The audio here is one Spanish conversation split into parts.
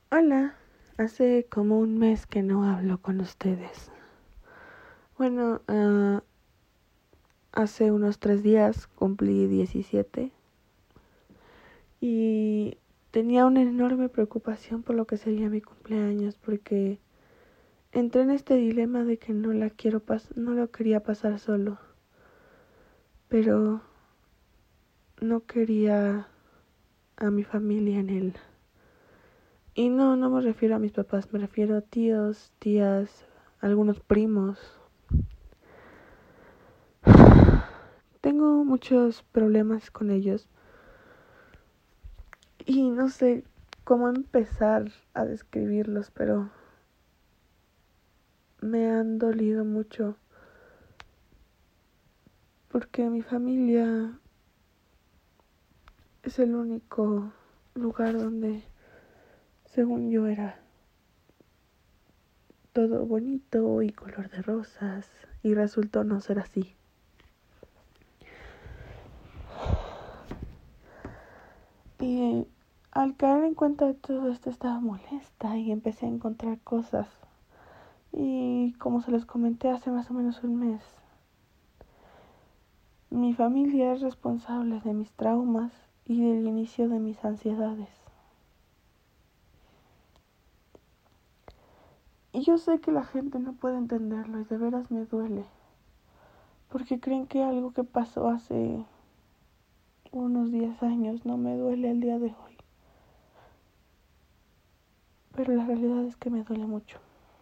Hola, hace como un mes que no hablo con ustedes. Bueno, hace unos 3 días cumplí 17 y tenía una enorme preocupación por lo que sería mi cumpleaños porque entré en este dilema de que no lo quería pasar solo, pero no quería a mi familia en él. Y no me refiero a mis papás, me refiero a tíos, tías, algunos primos. Tengo muchos problemas con ellos y no sé cómo empezar a describirlos, pero me han dolido mucho porque mi familia es el único lugar donde, según yo, era todo bonito y color de rosas, y resultó no ser así. Y al caer en cuenta de todo esto estaba molesta y empecé a encontrar cosas. Y como se los comenté hace más o menos un mes, mi familia es responsable de mis traumas y del inicio de mis ansiedades. Y yo sé que la gente no puede entenderlo y de veras me duele, porque creen que algo que pasó hace unos 10 años no me duele el día de hoy. Pero la realidad es que me duele mucho.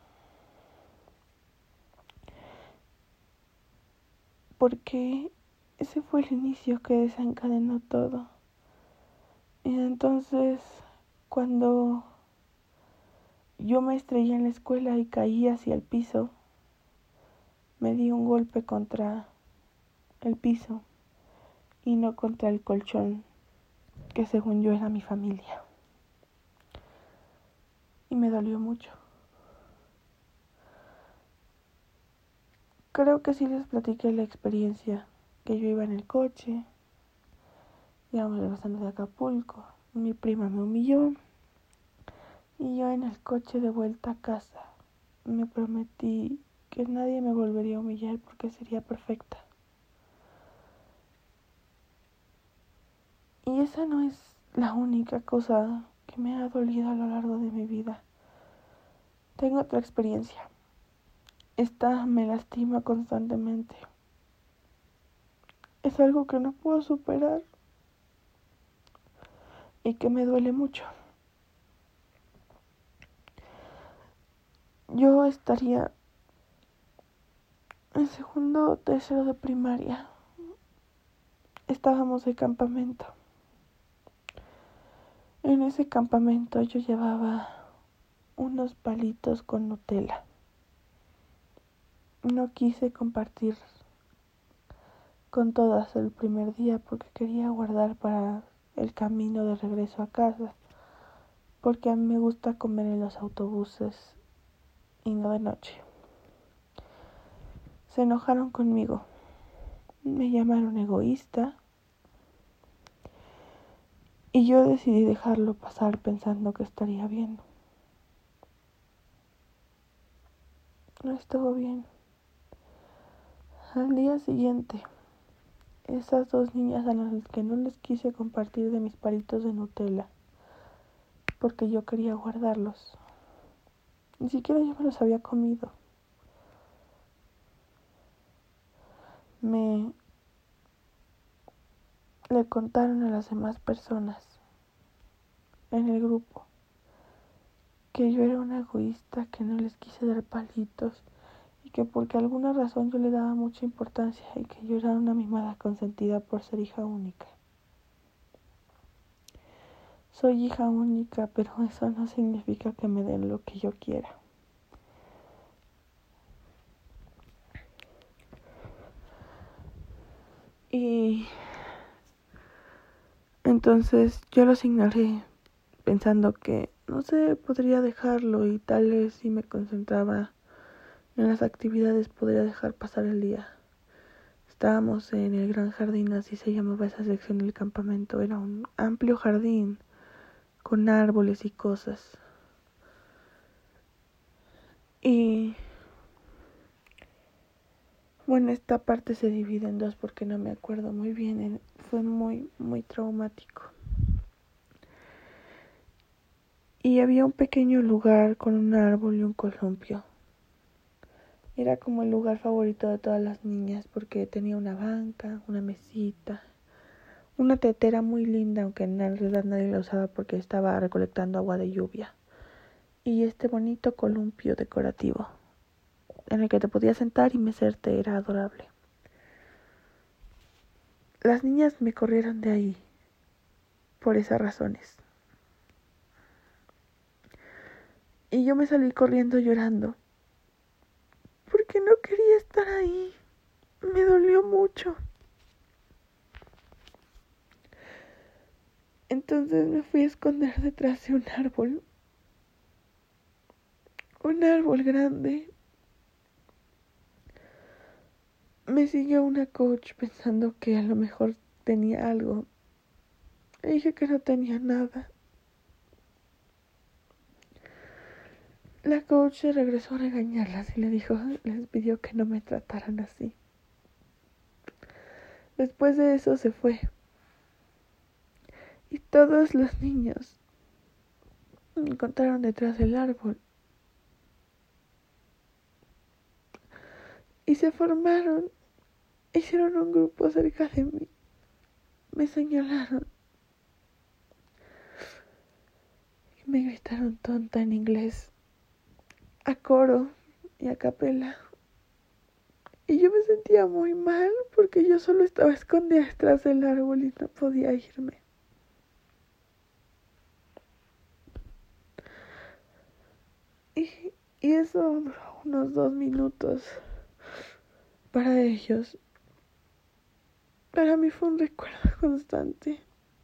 Porque ese fue el inicio que desencadenó todo. Y entonces, cuando yo me estrellé en la escuela y caí hacia el piso, me di un golpe contra el piso y no contra el colchón, que según yo era mi familia. Y me dolió mucho. Creo que sí les platiqué la experiencia, que yo iba en el coche, íbamos regresando de Acapulco, mi prima me humilló y yo en el coche de vuelta a casa me prometí que nadie me volvería a humillar porque sería perfecta. Y esa no es la única cosa que me ha dolido a lo largo de mi vida. Tengo otra experiencia. Esta me lastima constantemente. Es algo que no puedo superar y que me duele mucho. Yo estaría en segundo o tercero de primaria. Estábamos de campamento. En ese campamento yo llevaba unos palitos con Nutella. No quise compartir con todas el primer día porque quería guardar para el camino de regreso a casa. Porque a mí me gusta comer en los autobuses y no de noche. Se enojaron conmigo. Me llamaron egoísta. Y yo decidí dejarlo pasar pensando que estaría bien. No estuvo bien. Al día siguiente, esas 2 niñas a las que no les quise compartir de mis palitos de Nutella, porque yo quería guardarlos. Ni siquiera yo me los había comido. Le contaron a las demás personas en el grupo que yo era una egoísta, que no les quise dar palitos y que porque alguna razón yo le daba mucha importancia y que yo era una mimada consentida por ser hija única. Soy hija única, pero eso no significa que me den lo que yo quiera. Y entonces yo los ignoré, pensando que, no sé, podría dejarlo y tal vez si me concentraba en las actividades podría dejar pasar el día. Estábamos en el gran jardín, así se llamaba esa sección del campamento. Era un amplio jardín con árboles y cosas. Y bueno, esta parte se divide en dos porque no me acuerdo muy bien. Fue muy, muy traumático. Y había un pequeño lugar con un árbol y un columpio. Era como el lugar favorito de todas las niñas porque tenía una banca, una mesita, una tetera muy linda, aunque en realidad nadie la usaba porque estaba recolectando agua de lluvia. Y este bonito columpio decorativo en el que te podías sentar y mecerte era adorable. Las niñas me corrieron de ahí por esas razones. Y yo me salí corriendo llorando porque no quería estar ahí. Me dolió mucho. Entonces me fui a esconder detrás de un árbol grande. Me siguió una coach pensando que a lo mejor tenía algo. Le dije que no tenía nada. La coach se regresó a regañarlas y les pidió que no me trataran así. Después de eso se fue. Y todos los niños me encontraron detrás del árbol. Y se formaron. Hicieron un grupo cerca de mí. Me señalaron. Y me gritaron tonta en inglés. A coro y a capela. Y yo me sentía muy mal porque yo solo estaba escondida detrás del árbol y no podía irme. Y eso duró unos 2 minutos para ellos. Para mí fue un recuerdo constante.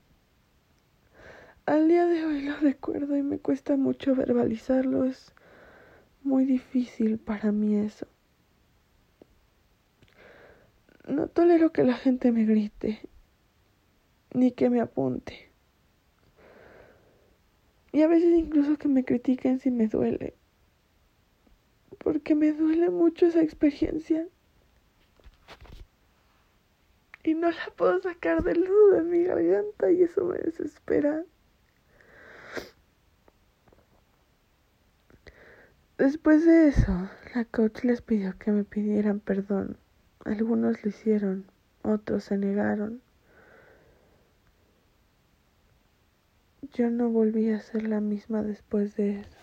Al día de hoy lo recuerdo y me cuesta mucho verbalizarlo. Es muy difícil para mí eso. No tolero que la gente me grite, ni que me apunte. Y a veces incluso que me critiquen si me duele. Porque me duele mucho esa experiencia. Y no la puedo sacar del nudo de mi garganta y eso me desespera. Después de eso, la coach les pidió que me pidieran perdón. Algunos lo hicieron, otros se negaron. Yo no volví a ser la misma después de eso.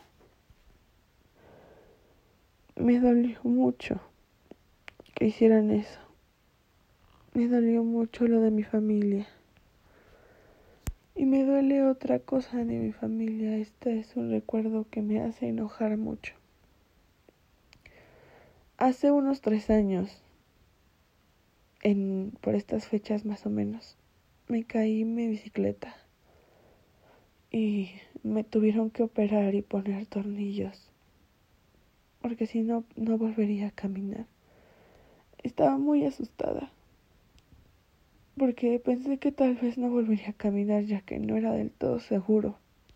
Me dolió mucho que hicieran eso. Me dolió mucho lo de mi familia. Y me duele otra cosa de mi familia. Este es un recuerdo que me hace enojar mucho. Hace unos 3 años, por estas fechas más o menos, me caí en mi bicicleta y me tuvieron que operar y poner tornillos, porque si no, no volvería a caminar. Estaba muy asustada, porque pensé que tal vez no volvería a caminar, ya que no era del todo seguro.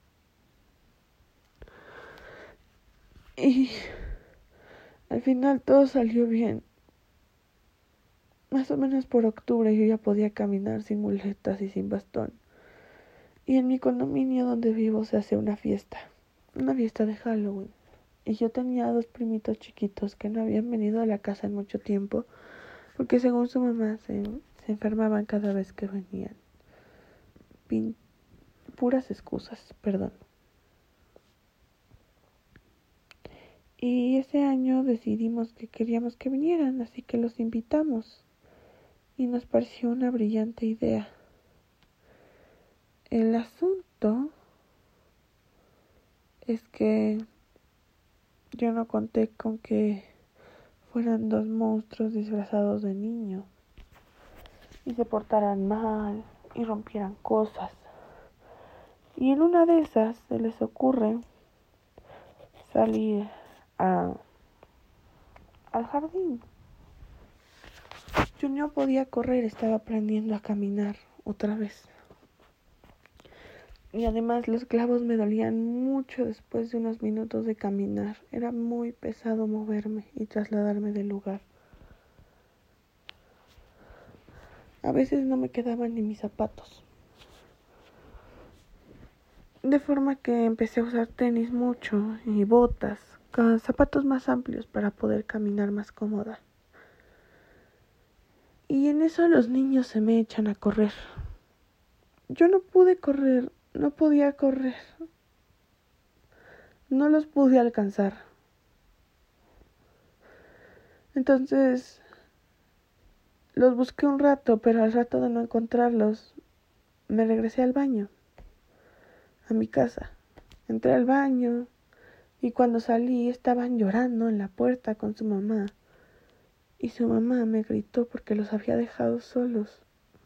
Y al final todo salió bien. Más o menos por octubre yo ya podía caminar sin muletas y sin bastón. Y en mi condominio donde vivo se hace una fiesta de Halloween. Y yo tenía 2 primitos chiquitos que no habían venido a la casa en mucho tiempo, porque según su mamá se enfermaban cada vez que venían. Puras excusas, perdón. Y ese año decidimos que queríamos que vinieran, así que los invitamos. Y nos pareció una brillante idea. El asunto es que yo no conté con que fueran 2 monstruos disfrazados de niño y se portaran mal y rompieran cosas. Y en una de esas se les ocurre salir al jardín. Yo no podía correr, estaba aprendiendo a caminar otra vez. Y además los clavos me dolían mucho después de unos minutos de caminar. Era muy pesado moverme y trasladarme del lugar. A veces no me quedaban ni mis zapatos. De forma que empecé a usar tenis mucho y botas, con zapatos más amplios para poder caminar más cómoda. Y en eso los niños se me echan a correr. Yo no pude correr, no podía correr. No los pude alcanzar. Entonces los busqué un rato, pero al rato de no encontrarlos, me regresé al baño, a mi casa. Entré al baño y cuando salí estaban llorando en la puerta con su mamá. Y su mamá me gritó porque los había dejado solos.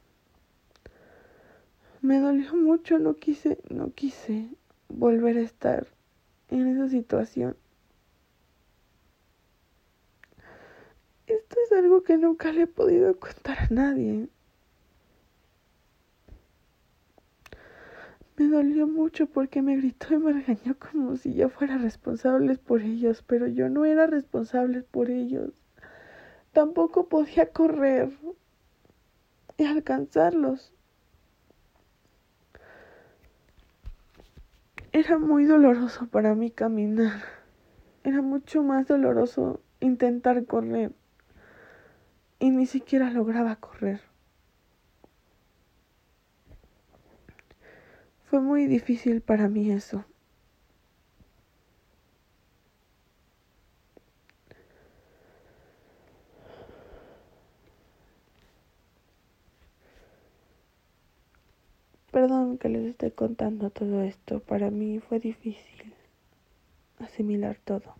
Me dolió mucho, no quise volver a estar en esa situación. Esto es algo que nunca le he podido contar a nadie. Me dolió mucho porque me gritó y me regañó como si yo fuera responsable por ellos, pero yo no era responsable por ellos. Tampoco podía correr y alcanzarlos. Era muy doloroso para mí caminar. Era mucho más doloroso intentar correr. Y ni siquiera lograba correr. Fue muy difícil para mí eso. Perdón que les esté contando todo esto. Para mí fue difícil asimilar todo.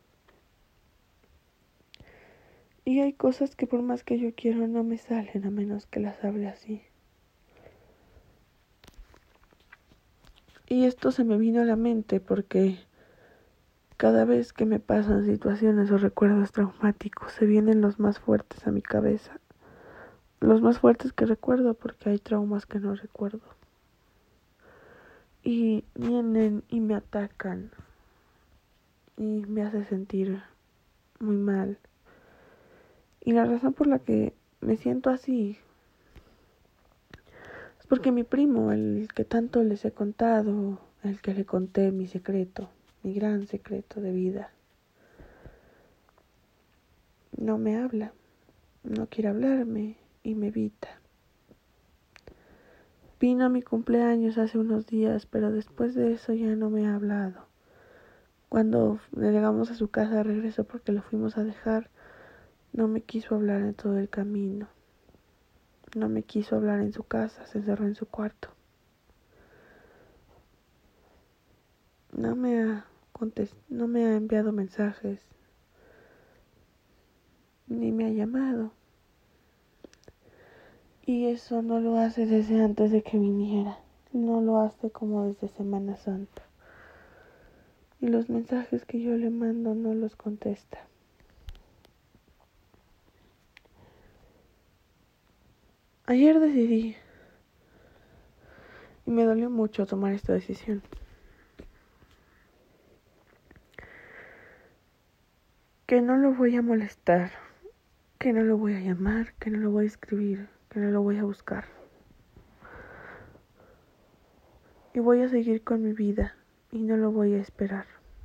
Y hay cosas que por más que yo quiero no me salen a menos que las hable así. Y esto se me vino a la mente porque cada vez que me pasan situaciones o recuerdos traumáticos se vienen los más fuertes a mi cabeza. Los más fuertes que recuerdo porque hay traumas que no recuerdo. Y vienen y me atacan. Y me hace sentir muy mal. Y la razón por la que me siento así es porque mi primo, el que tanto les he contado, el que le conté mi secreto, mi gran secreto de vida, no me habla, no quiere hablarme y me evita. Vino a mi cumpleaños hace unos días, pero después de eso ya no me ha hablado. Cuando llegamos a su casa regresó porque lo fuimos a dejar. No me quiso hablar en todo el camino. No me quiso hablar en su casa, se encerró en su cuarto. No me ha enviado mensajes, ni me ha llamado. Y eso no lo hace desde antes de que viniera. No lo hace como desde Semana Santa. Y los mensajes que yo le mando no los contesta. Ayer decidí, y me dolió mucho tomar esta decisión, que no lo voy a molestar, que no lo voy a llamar, que no lo voy a escribir, que no lo voy a buscar. Y voy a seguir con mi vida y no lo voy a esperar.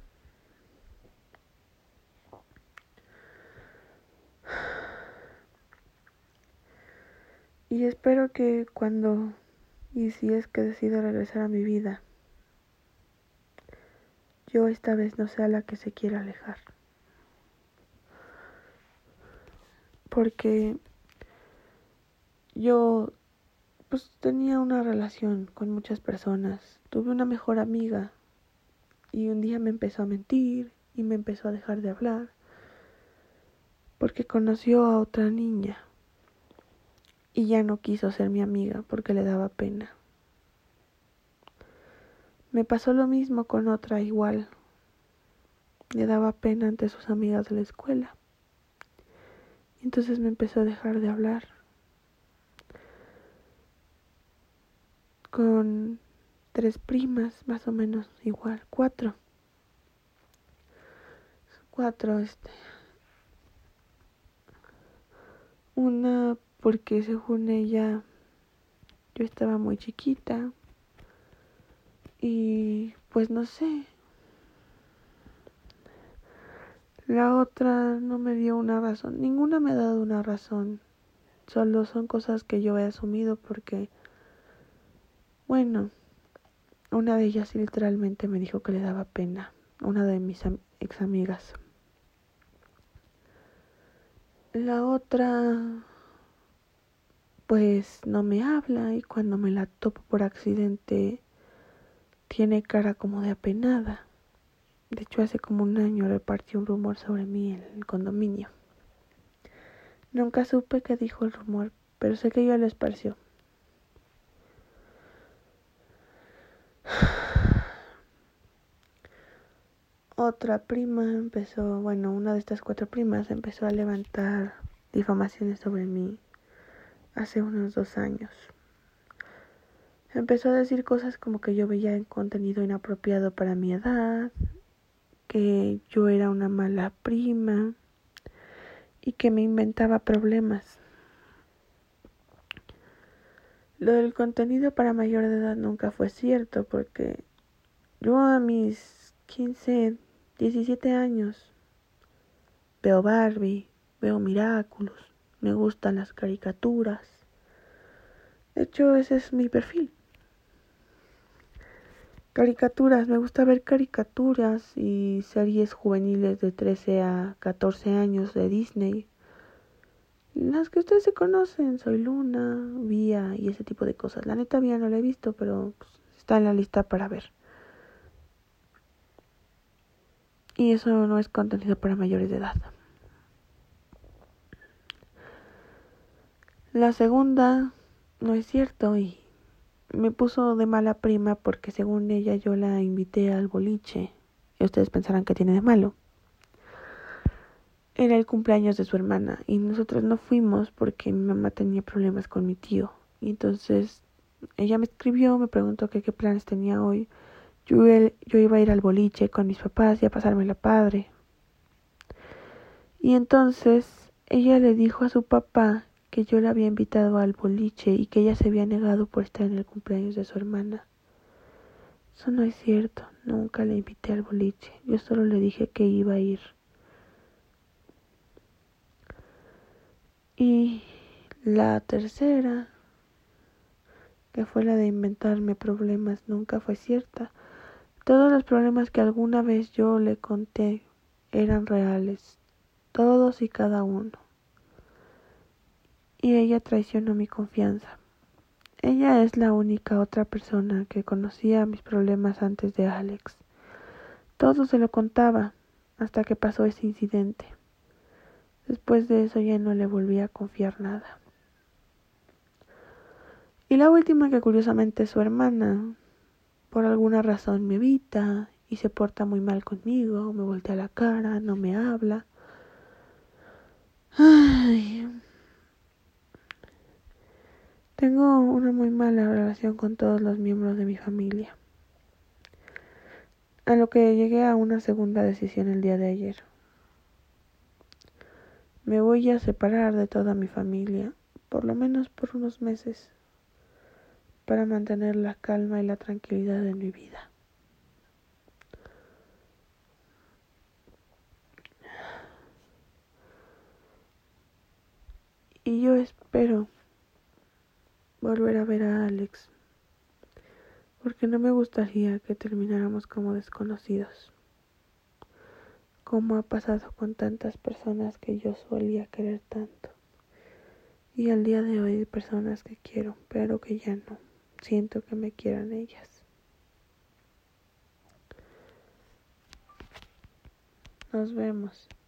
Y espero que cuando y si es que decido regresar a mi vida, yo esta vez no sea la que se quiera alejar. Porque yo pues tenía una relación con muchas personas. Tuve una mejor amiga y un día me empezó a mentir y me empezó a dejar de hablar porque conoció a otra niña y ya no quiso ser mi amiga porque le daba pena. Me pasó lo mismo con otra igual. Le daba pena ante sus amigas de la escuela. Entonces me empezó a dejar de hablar. Con 3 primas, más o menos igual, 4. 4, Una porque según ella yo estaba muy chiquita y pues no sé. La otra no me dio una razón, ninguna me ha dado una razón. Solo son cosas que yo he asumido porque, bueno, una de ellas literalmente me dijo que le daba pena, una de mis ex amigas. La otra, pues no me habla y cuando me la topo por accidente, tiene cara como de apenada. De hecho, hace como un año repartió un rumor sobre mí en el condominio. Nunca supe qué dijo el rumor, pero sé que ella lo esparció. Otra prima una de estas 4 primas empezó a levantar difamaciones sobre mí hace unos 2 años. Empezó a decir cosas como que yo veía en contenido inapropiado para mi edad, que yo era una mala prima y que me inventaba problemas. Lo del contenido para mayor de edad nunca fue cierto porque yo a mis 15, 17 años veo Barbie, veo Miraculous, me gustan las caricaturas. De hecho, ese es mi perfil. Caricaturas, me gusta ver caricaturas y series juveniles de 13 a 14 años de Disney. Las que ustedes se conocen, Soy Luna, Vía y ese tipo de cosas. La neta Vía no la he visto, pero pues, está en la lista para ver. Y eso no es contenido para mayores de edad. La segunda no es cierto y me puso de mala prima porque según ella yo la invité al boliche. Y ustedes pensarán que tiene de malo. Era el cumpleaños de su hermana y nosotros no fuimos porque mi mamá tenía problemas con mi tío. Y entonces ella me escribió, me preguntó qué planes tenía hoy. Yo iba a ir al boliche con mis papás y a pasármela padre. Y entonces ella le dijo a su papá que yo la había invitado al boliche y que ella se había negado por estar en el cumpleaños de su hermana. Eso no es cierto, nunca le invité al boliche, yo solo le dije que iba a ir. Y la tercera, que fue la de inventarme problemas, nunca fue cierta. Todos los problemas que alguna vez yo le conté eran reales, todos y cada uno. Y ella traicionó mi confianza. Ella es la única otra persona que conocía mis problemas antes de Alex. Todo se lo contaba hasta que pasó ese incidente. Después de eso ya no le volví a confiar nada. Y la última, que curiosamente es su hermana, por alguna razón me evita y se porta muy mal conmigo, me voltea la cara, no me habla. Ay, tengo una muy mala relación con todos los miembros de mi familia. A lo que llegué a una segunda decisión el día de ayer. Me voy a separar de toda mi familia, por lo menos por unos meses, para mantener la calma y la tranquilidad en mi vida. Y yo espero volver a ver a Alex, porque no me gustaría que termináramos como desconocidos, como ha pasado con tantas personas que yo solía querer tanto. Y al día de hoy hay personas que quiero, pero que ya no siento que me quieran ellas. Nos vemos.